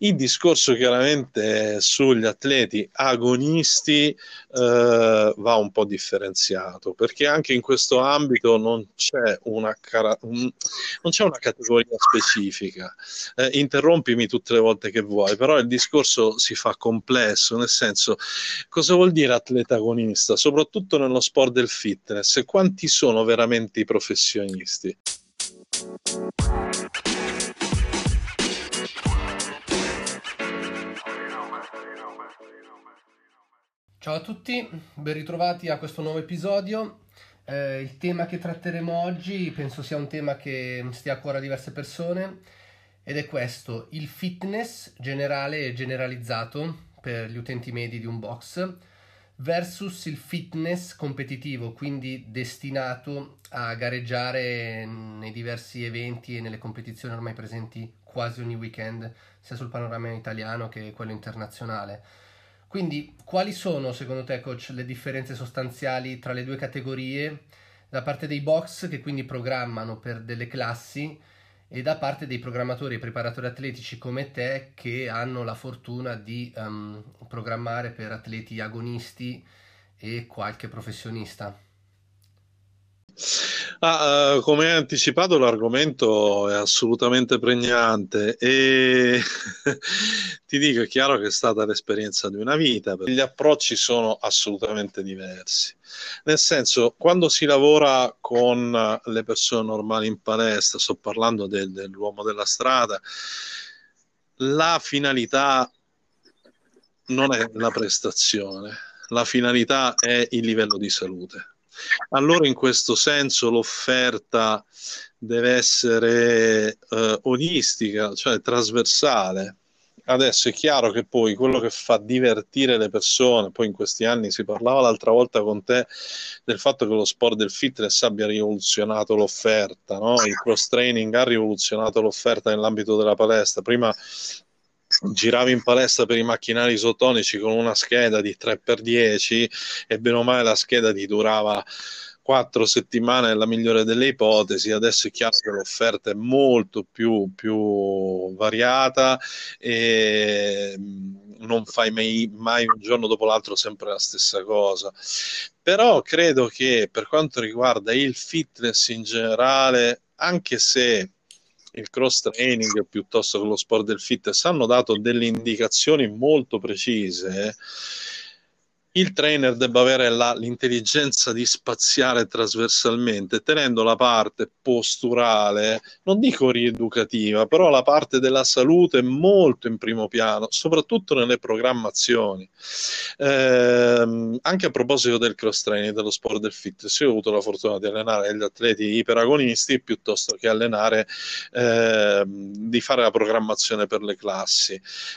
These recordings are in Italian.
Il discorso chiaramente sugli atleti agonisti va un po' differenziato, perché anche in questo ambito non c'è una categoria specifica. Interrompimi tutte le volte che vuoi, però il discorso si fa complesso, nel senso, cosa vuol dire atleta agonista, soprattutto nello sport del fitness, e quanti sono veramente i professionisti? Ciao a tutti, ben ritrovati a questo nuovo episodio. Il tema che tratteremo oggi penso sia un tema che stia a cuore a diverse persone ed è questo, il fitness generale e generalizzato per gli utenti medi di un box versus il fitness competitivo, quindi destinato a gareggiare nei diversi eventi e nelle competizioni ormai presenti quasi ogni weekend, sia sul panorama italiano che quello internazionale. Quindi, quali sono secondo te, coach, le differenze sostanziali tra le due categorie da parte dei box che quindi programmano per delle classi e da parte dei programmatori e preparatori atletici come te che hanno la fortuna di programmare per atleti agonisti e qualche professionista? Come hai anticipato, l'argomento è assolutamente pregnante e ti dico, è chiaro che è stata l'esperienza di una vita, perché gli approcci sono assolutamente diversi. Nel senso, quando si lavora con le persone normali in palestra, sto parlando dell'uomo della strada, la finalità non è la prestazione, la finalità è il livello di salute. Allora, in questo senso, l'offerta deve essere olistica, cioè trasversale. Adesso è chiaro che poi quello che fa divertire le persone, poi in questi anni si parlava l'altra volta con te del fatto che lo sport del fitness abbia rivoluzionato l'offerta, no? Il cross training ha rivoluzionato l'offerta nell'ambito della palestra. Prima giravi in palestra per i macchinari isotonici con una scheda di 3x10 e bene o male la scheda ti durava 4 settimane nella migliore delle ipotesi. Adesso è chiaro che l'offerta è molto più variata e non fai mai un giorno dopo l'altro sempre la stessa cosa. Però credo che per quanto riguarda il fitness in generale, anche se il cross training piuttosto che lo sport del fitness hanno dato delle indicazioni molto precise, il trainer debba avere l'intelligenza di spaziare trasversalmente, tenendo la parte posturale, non dico rieducativa, però la parte della salute molto in primo piano, soprattutto nelle programmazioni. Anche a proposito del cross training, dello sport del fitness, io ho avuto la fortuna di allenare gli atleti iperagonisti piuttosto che allenare, di fare la programmazione per le classi.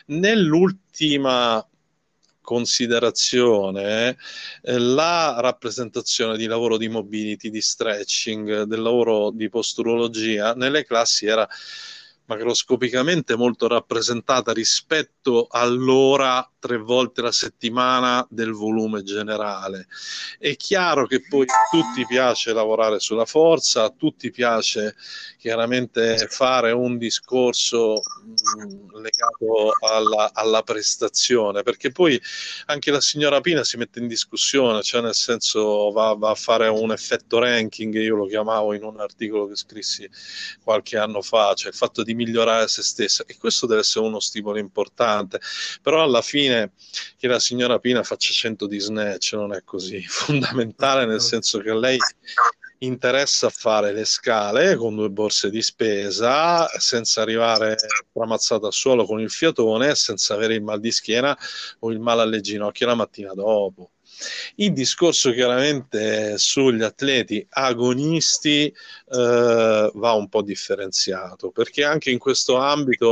Nell'ultima considerazione, la rappresentazione di lavoro di mobility, di stretching, del lavoro di posturologia nelle classi era macroscopicamente molto rappresentata rispetto all'ora 3 volte la settimana del volume generale. È chiaro che poi a tutti piace lavorare sulla forza, a tutti piace chiaramente fare un discorso legato alla prestazione, perché poi anche la signora Pina si mette in discussione, cioè nel senso va a fare un effetto ranking, io lo chiamavo in un articolo che scrissi qualche anno fa, cioè il fatto di migliorare se stessa, e questo deve essere uno stimolo importante, però alla fine che la signora Pina faccia 100 di snatch non è così fondamentale, nel senso che lei interessa fare le scale con 2 borse di spesa senza arrivare tramazzata al suolo con il fiatone e senza avere il mal di schiena o il male alle ginocchia la mattina dopo. Il discorso chiaramente sugli atleti agonisti va un po' differenziato, perché anche in questo ambito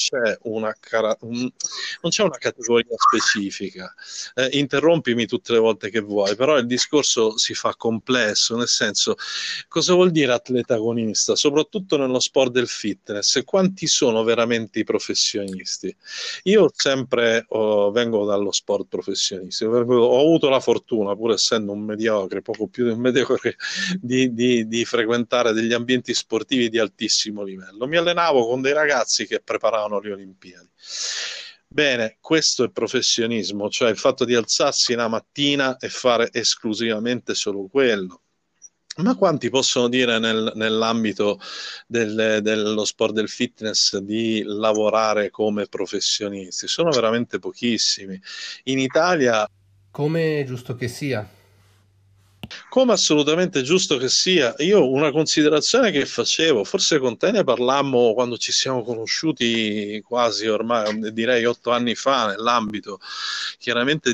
non c'è una categoria specifica. Interrompimi tutte le volte che vuoi, però il discorso si fa complesso, nel senso, cosa vuol dire atleta agonista, soprattutto nello sport del fitness, e quanti sono veramente i professionisti? Io vengo dallo sport professionistico, ho avuto la fortuna, pur essendo un mediocre, poco più di un mediocre, di frequentare degli ambienti sportivi di altissimo livello. Mi allenavo con dei ragazzi che preparavano le Olimpiadi. Bene, questo è professionismo, cioè il fatto di alzarsi la mattina e fare esclusivamente solo quello. Ma quanti possono dire nell'ambito dello sport del fitness di lavorare come professionisti? Sono veramente pochissimi. In Italia, Come è giusto che sia. come assolutamente giusto che sia, io una considerazione che facevo, forse con te ne parlammo quando ci siamo conosciuti quasi ormai, direi 8 anni fa, nell'ambito chiaramente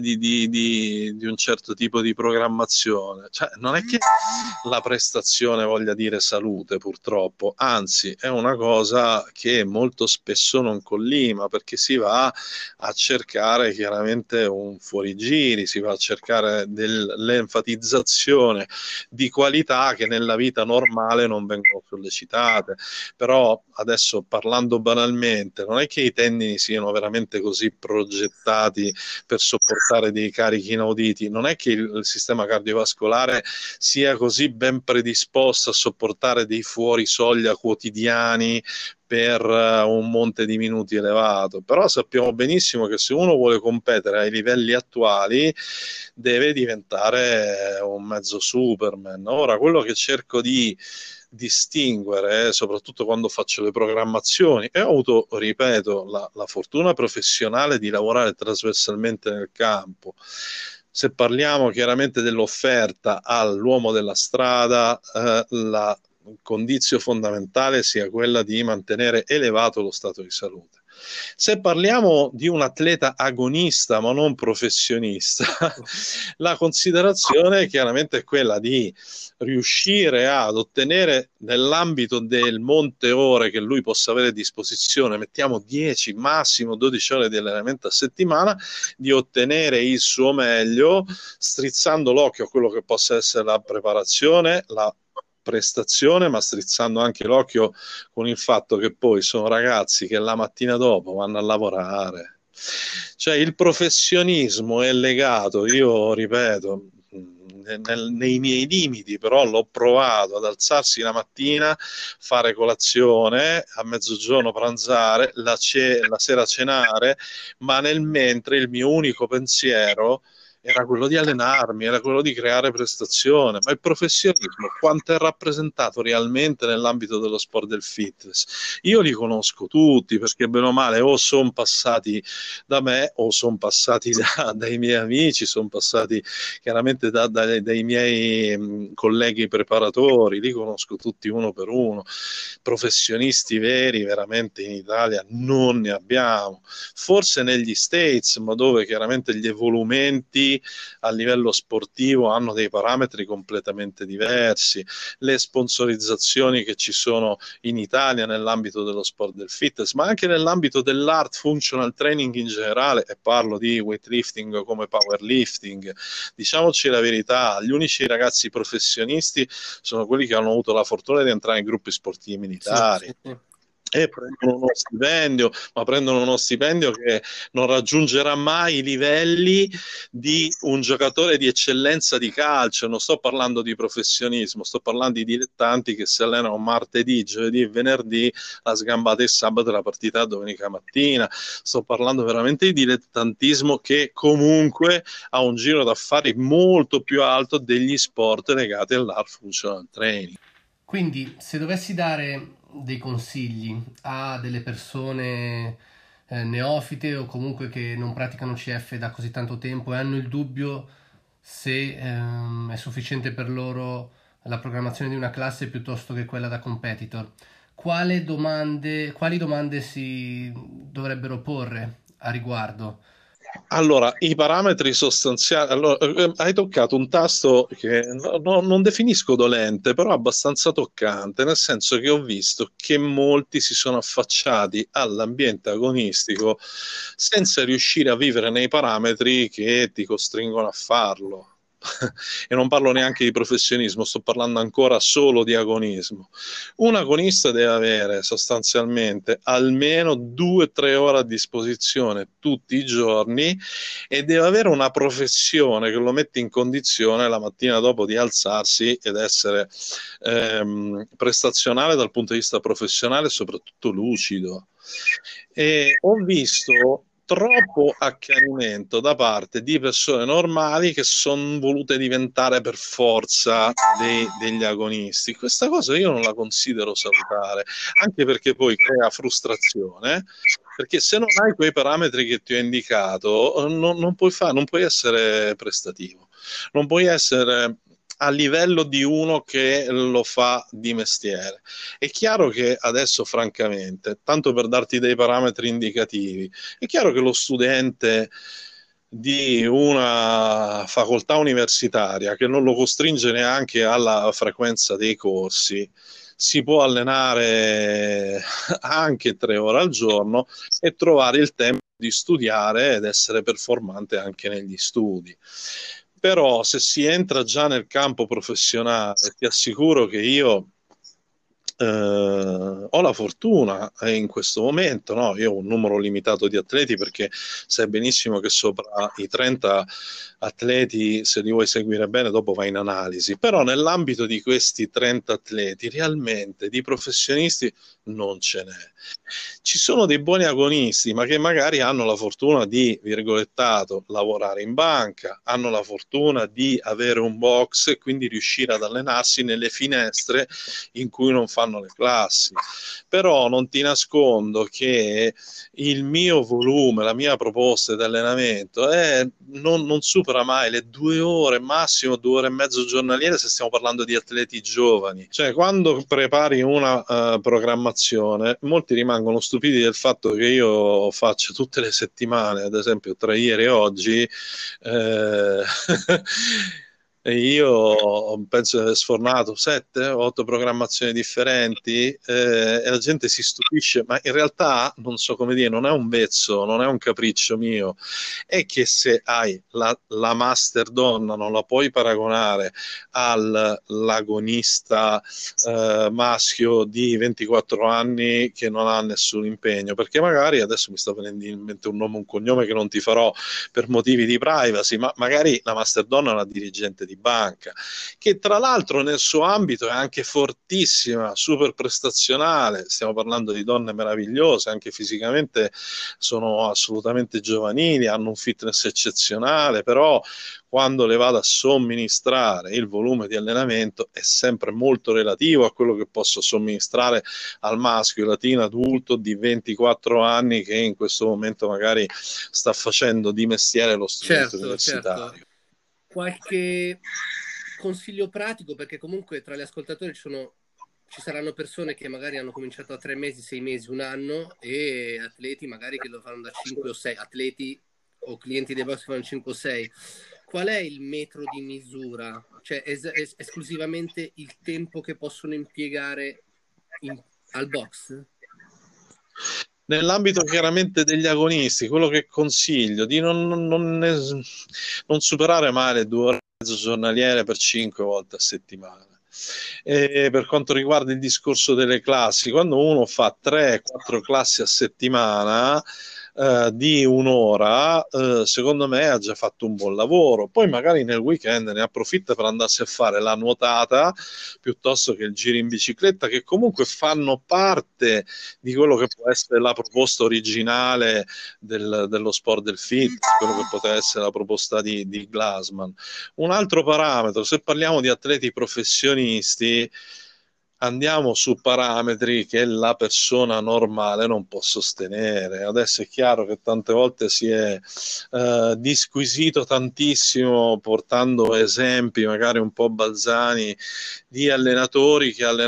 di un certo tipo di programmazione. Cioè, non è che la prestazione voglia dire salute, purtroppo, anzi è una cosa che molto spesso non collima perché si va a cercare chiaramente un fuorigiri, si va a cercare dell'enfatizzazione di qualità che nella vita normale non vengono sollecitate. Però adesso parlando banalmente, non è che i tendini siano veramente così progettati per sopportare dei carichi inauditi, non è che il sistema cardiovascolare sia così ben predisposto a sopportare dei fuori soglia quotidiani per un monte di minuti elevato, però sappiamo benissimo che se uno vuole competere ai livelli attuali deve diventare un mezzo Superman. Ora, quello che cerco di distinguere, soprattutto quando faccio le programmazioni, e ho avuto, ripeto, la fortuna professionale di lavorare trasversalmente nel campo. Se parliamo chiaramente dell'offerta all'uomo della strada, la condizio fondamentale sia quella di mantenere elevato lo stato di salute. Se parliamo di un atleta agonista ma non professionista, la considerazione chiaramente è quella di riuscire ad ottenere nell'ambito del monte ore che lui possa avere a disposizione, mettiamo 10, massimo 12 ore di allenamento a settimana, di ottenere il suo meglio, strizzando l'occhio a quello che possa essere la preparazione, la prestazione, ma strizzando anche l'occhio con il fatto che poi sono ragazzi che la mattina dopo vanno a lavorare. Cioè il professionismo è legato, io ripeto, nei miei limiti, però l'ho provato ad alzarsi la mattina, fare colazione, a mezzogiorno pranzare, la sera cenare, ma nel mentre il mio unico pensiero era quello di allenarmi, era quello di creare prestazione, ma il professionismo quanto è rappresentato realmente nell'ambito dello sport del fitness? Io li conosco tutti perché bene o male o sono passati da me o sono passati dai miei amici, sono passati chiaramente dai miei colleghi preparatori, li conosco tutti uno per uno. Professionisti veri veramente in Italia non ne abbiamo, forse negli States, ma dove chiaramente gli evolumenti a livello sportivo hanno dei parametri completamente diversi, le sponsorizzazioni che ci sono in Italia nell'ambito dello sport del fitness, ma anche nell'ambito dell'art functional training in generale, e parlo di weightlifting come powerlifting. Diciamoci la verità, gli unici ragazzi professionisti sono quelli che hanno avuto la fortuna di entrare in gruppi sportivi Sì, militari sì, sì. e prendono uno stipendio, ma prendono uno stipendio che non raggiungerà mai i livelli di un giocatore di eccellenza di calcio. Non sto parlando di professionismo, sto parlando di dilettanti che si allenano martedì, giovedì e venerdì, la sgambata il sabato e la partita domenica mattina. Sto parlando veramente di dilettantismo che comunque ha un giro d'affari molto più alto degli sport legati all'art functional training. Quindi, se dovessi dare dei consigli a delle persone neofite o comunque che non praticano CF da così tanto tempo e hanno il dubbio se è sufficiente per loro la programmazione di una classe piuttosto che quella da competitor, quali domande si dovrebbero porre a riguardo? Allora, i parametri sostanziali. Allora, hai toccato un tasto che non definisco dolente, però abbastanza toccante, nel senso che ho visto che molti si sono affacciati all'ambiente agonistico senza riuscire a vivere nei parametri che ti costringono a farlo. E non parlo neanche di professionismo, sto parlando ancora solo di agonismo. Un agonista deve avere sostanzialmente almeno 2 o 3 ore a disposizione tutti i giorni e deve avere una professione che lo mette in condizione la mattina dopo di alzarsi ed essere prestazionale dal punto di vista professionale e soprattutto lucido. E ho visto troppo accanimento da parte di persone normali che sono volute diventare per forza degli agonisti. Questa cosa io non la considero salutare, anche perché poi crea frustrazione, perché se non hai quei parametri che ti ho indicato, non puoi essere prestativo, non puoi essere a livello di uno che lo fa di mestiere. È chiaro che adesso, francamente, tanto per darti dei parametri indicativi, è chiaro che lo studente di una facoltà universitaria che non lo costringe neanche alla frequenza dei corsi si può allenare anche 3 ore al giorno e trovare il tempo di studiare ed essere performante anche negli studi. Però se si entra già nel campo professionale, ti assicuro che io ho la fortuna in questo momento, no? Io ho un numero limitato di atleti perché sai benissimo che sopra i 30 atleti, se li vuoi seguire bene, dopo vai in analisi. Però nell'ambito di questi 30 atleti, realmente di professionisti non ce n'è. Ci sono dei buoni agonisti, ma che magari hanno la fortuna di, virgolettato, lavorare in banca, hanno la fortuna di avere un box e quindi riuscire ad allenarsi nelle finestre in cui non fanno le classi. Però non ti nascondo che il mio volume, la mia proposta di allenamento non supera mai le 2 ore, massimo 2 ore e mezzo giornaliere se stiamo parlando di atleti giovani. Cioè, quando prepari una programmazione, molti rimangono stupiti del fatto che io faccio tutte le settimane, ad esempio tra ieri e oggi, eh, e io penso di aver sfornato 7, 8 programmazioni differenti e la gente si stupisce, ma in realtà non so come dire, non è un vezzo, non è un capriccio mio, è che se hai la master donna non la puoi paragonare all'agonista maschio di 24 anni che non ha nessun impegno, perché magari adesso mi sta venendo in mente un nome, un cognome che non ti farò per motivi di privacy, ma magari la master donna è una dirigente di banca, che tra l'altro nel suo ambito è anche fortissima, super prestazionale, stiamo parlando di donne meravigliose, anche fisicamente sono assolutamente giovanili, hanno un fitness eccezionale, però quando le vado a somministrare il volume di allenamento è sempre molto relativo a quello che posso somministrare al maschio latino adulto di 24 anni che in questo momento magari sta facendo di mestiere lo studente Certo, certo. universitario. Qualche consiglio pratico, perché comunque tra gli ascoltatori ci saranno persone che magari hanno cominciato a 3 mesi, 6 mesi, un anno, e atleti magari che lo fanno da 5 o 6, atleti o clienti dei box che fanno 5 o 6. Qual è il metro di misura? Cioè, esclusivamente il tempo che possono impiegare al box? Nell'ambito chiaramente degli agonisti, quello che consiglio di non superare mai le 2 ore e mezzo giornaliere per 5 volte a settimana. E per quanto riguarda il discorso delle classi, quando uno fa 3-4 classi a settimana di un'ora, secondo me ha già fatto un buon lavoro. Poi magari nel weekend ne approfitta per andarsi a fare la nuotata piuttosto che il giro in bicicletta, che comunque fanno parte di quello che può essere la proposta originale dello sport del fitness, quello che poteva essere la proposta di Glassman. Un altro parametro, se parliamo di atleti professionisti, andiamo su parametri che la persona normale non può sostenere. Adesso è chiaro che tante volte si è disquisito tantissimo portando esempi magari un po' balzani di allenatori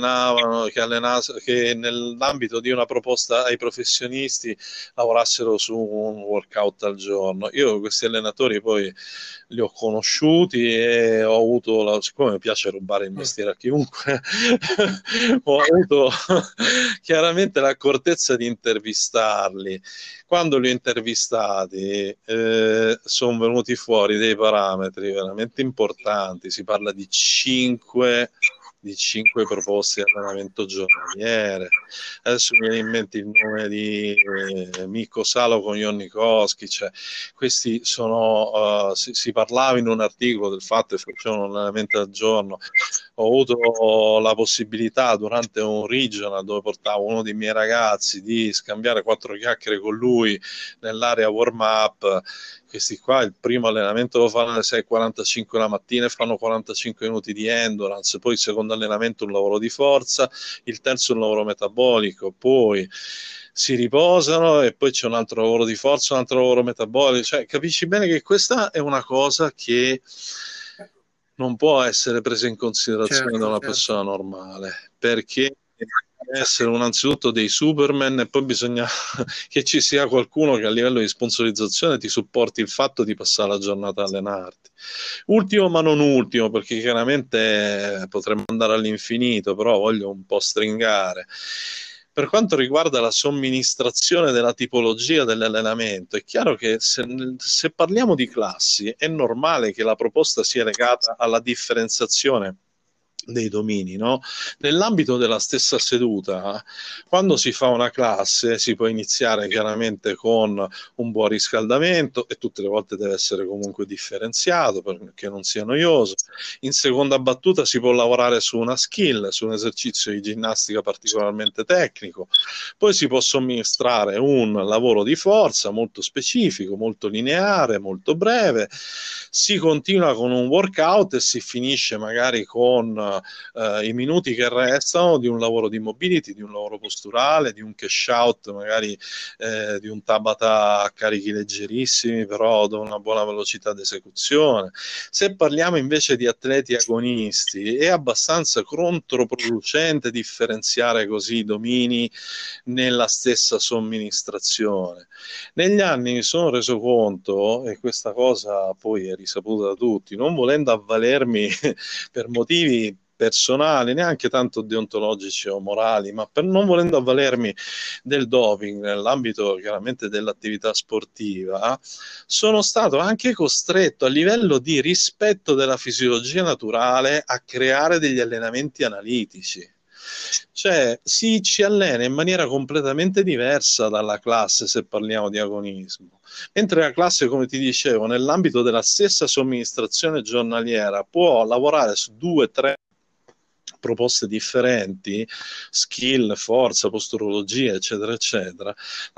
che nell'ambito di una proposta ai professionisti lavorassero su un workout al giorno. Io questi allenatori poi li ho conosciuti e ho avuto, siccome mi piace rubare il mestiere a chiunque, ho avuto chiaramente l'accortezza di intervistarli. Quando li ho intervistati sono venuti fuori dei parametri veramente importanti, si parla di 5 di 5 proposte di allenamento giornaliere. Adesso mi viene in mente il nome di Mikko Salo con Jonnikowski, cioè questi sono, si parlava in un articolo del fatto che facevano un allenamento al giorno. Ho avuto la possibilità durante un regional dove portavo uno dei miei ragazzi di scambiare 4 chiacchiere con lui nell'area warm up. Questi qua il primo allenamento lo fanno alle 6:45 la mattina e fanno 45 minuti di endurance, poi il secondo allenamento un lavoro di forza, il terzo un lavoro metabolico, poi si riposano e poi c'è un altro lavoro di forza, un altro lavoro metabolico, cioè capisci bene che questa è una cosa che non può essere presa in considerazione da una persona normale, perché deve essere innanzitutto dei Superman e poi bisogna che ci sia qualcuno che a livello di sponsorizzazione ti supporti il fatto di passare la giornata a allenarti. Ultimo ma non ultimo, perché chiaramente potremmo andare all'infinito, però voglio un po' stringare. Per quanto riguarda la somministrazione della tipologia dell'allenamento, è chiaro che se parliamo di classi è normale che la proposta sia legata alla differenziazione dei domini, no? Nell'ambito della stessa seduta, quando si fa una classe si può iniziare chiaramente con un buon riscaldamento e tutte le volte deve essere comunque differenziato perché non sia noioso. In seconda battuta si può lavorare su una skill, su un esercizio di ginnastica particolarmente tecnico, poi si può somministrare un lavoro di forza molto specifico, molto lineare, molto breve, si continua con un workout e si finisce magari con i minuti che restano di un lavoro di mobility, di un lavoro posturale, di un cash out, magari di un Tabata a carichi leggerissimi, però da una buona velocità di esecuzione. Se parliamo invece di atleti agonisti, è abbastanza controproducente differenziare così i domini nella stessa somministrazione. Negli anni mi sono reso conto, e questa cosa poi è risaputa da tutti, non volendo avvalermi per motivi personali, neanche tanto deontologici o morali, ma per non volendo avvalermi del doping nell'ambito chiaramente dell'attività sportiva, sono stato anche costretto a livello di rispetto della fisiologia naturale a creare degli allenamenti analitici. Cioè si ci allena in maniera completamente diversa dalla classe se parliamo di agonismo. Mentre la classe, come ti dicevo, nell'ambito della stessa somministrazione giornaliera può lavorare su 2, 3 proposte differenti, skill, forza, posturologia, eccetera, eccetera,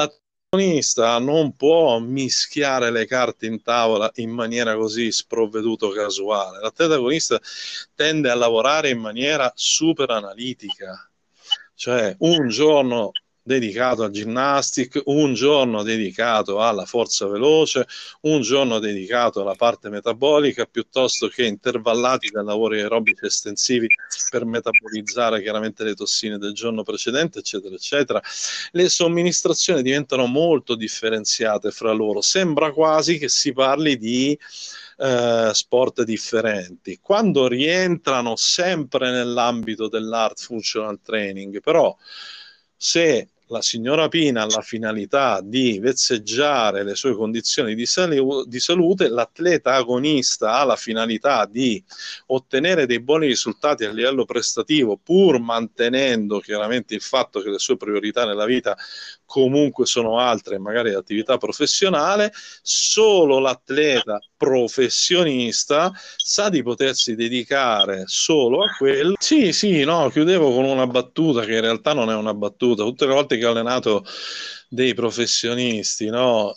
l'agonista non può mischiare le carte in tavola in maniera così sprovveduto casuale. L'atleta agonista tende a lavorare in maniera super analitica, cioè un giorno dedicato al ginnastic, un giorno dedicato alla forza veloce, un giorno dedicato alla parte metabolica, piuttosto che intervallati da lavori aerobici estensivi per metabolizzare chiaramente le tossine del giorno precedente, eccetera, eccetera. Le somministrazioni diventano molto differenziate fra loro, sembra quasi che si parli di sport differenti, quando rientrano sempre nell'ambito dell'art functional training, però se la signora Pina ha la finalità di vezzeggiare le sue condizioni di salute, l'atleta agonista ha la finalità di ottenere dei buoni risultati a livello prestativo, pur mantenendo chiaramente il fatto che le sue priorità nella vita comunque sono altre, magari l'attività professionale. Solo l'atleta professionista sa di potersi dedicare solo a quello. Sì, sì, no, chiudevo con una battuta che in realtà non è una battuta. Tutte le volte che ho allenato dei professionisti, no?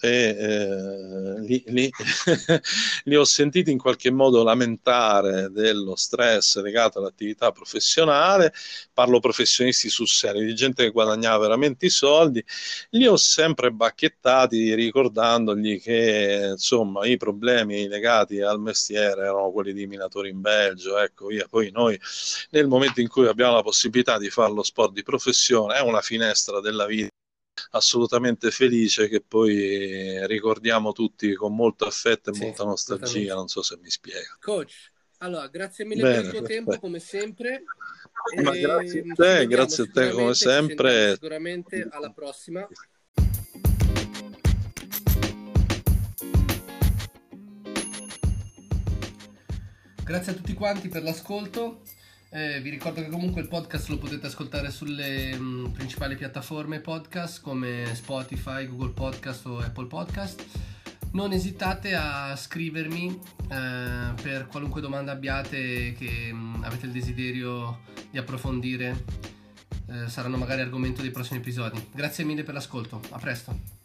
Li ho sentiti in qualche modo lamentare dello stress legato all'attività professionale. Parlo professionisti sul serio, di gente che guadagnava veramente i soldi. Li ho sempre bacchettati ricordandogli che insomma i problemi legati al mestiere erano quelli di minatori in Belgio, ecco via. Poi noi nel momento in cui abbiamo la possibilità di fare lo sport di professione è una finestra della vita assolutamente felice che poi ricordiamo tutti con molto affetto e molta nostalgia, non so se mi spiega. Coach, allora grazie mille per il tuo tempo come sempre. Ma grazie a te come sempre. Sicuramente alla prossima. Grazie a tutti quanti per l'ascolto. Vi ricordo che comunque il podcast lo potete ascoltare sulle principali piattaforme podcast come Spotify, Google Podcast o Apple Podcast. Non esitate a scrivermi per qualunque domanda abbiate che avete il desiderio di approfondire. Saranno magari argomento dei prossimi episodi. Grazie mille per l'ascolto, a presto.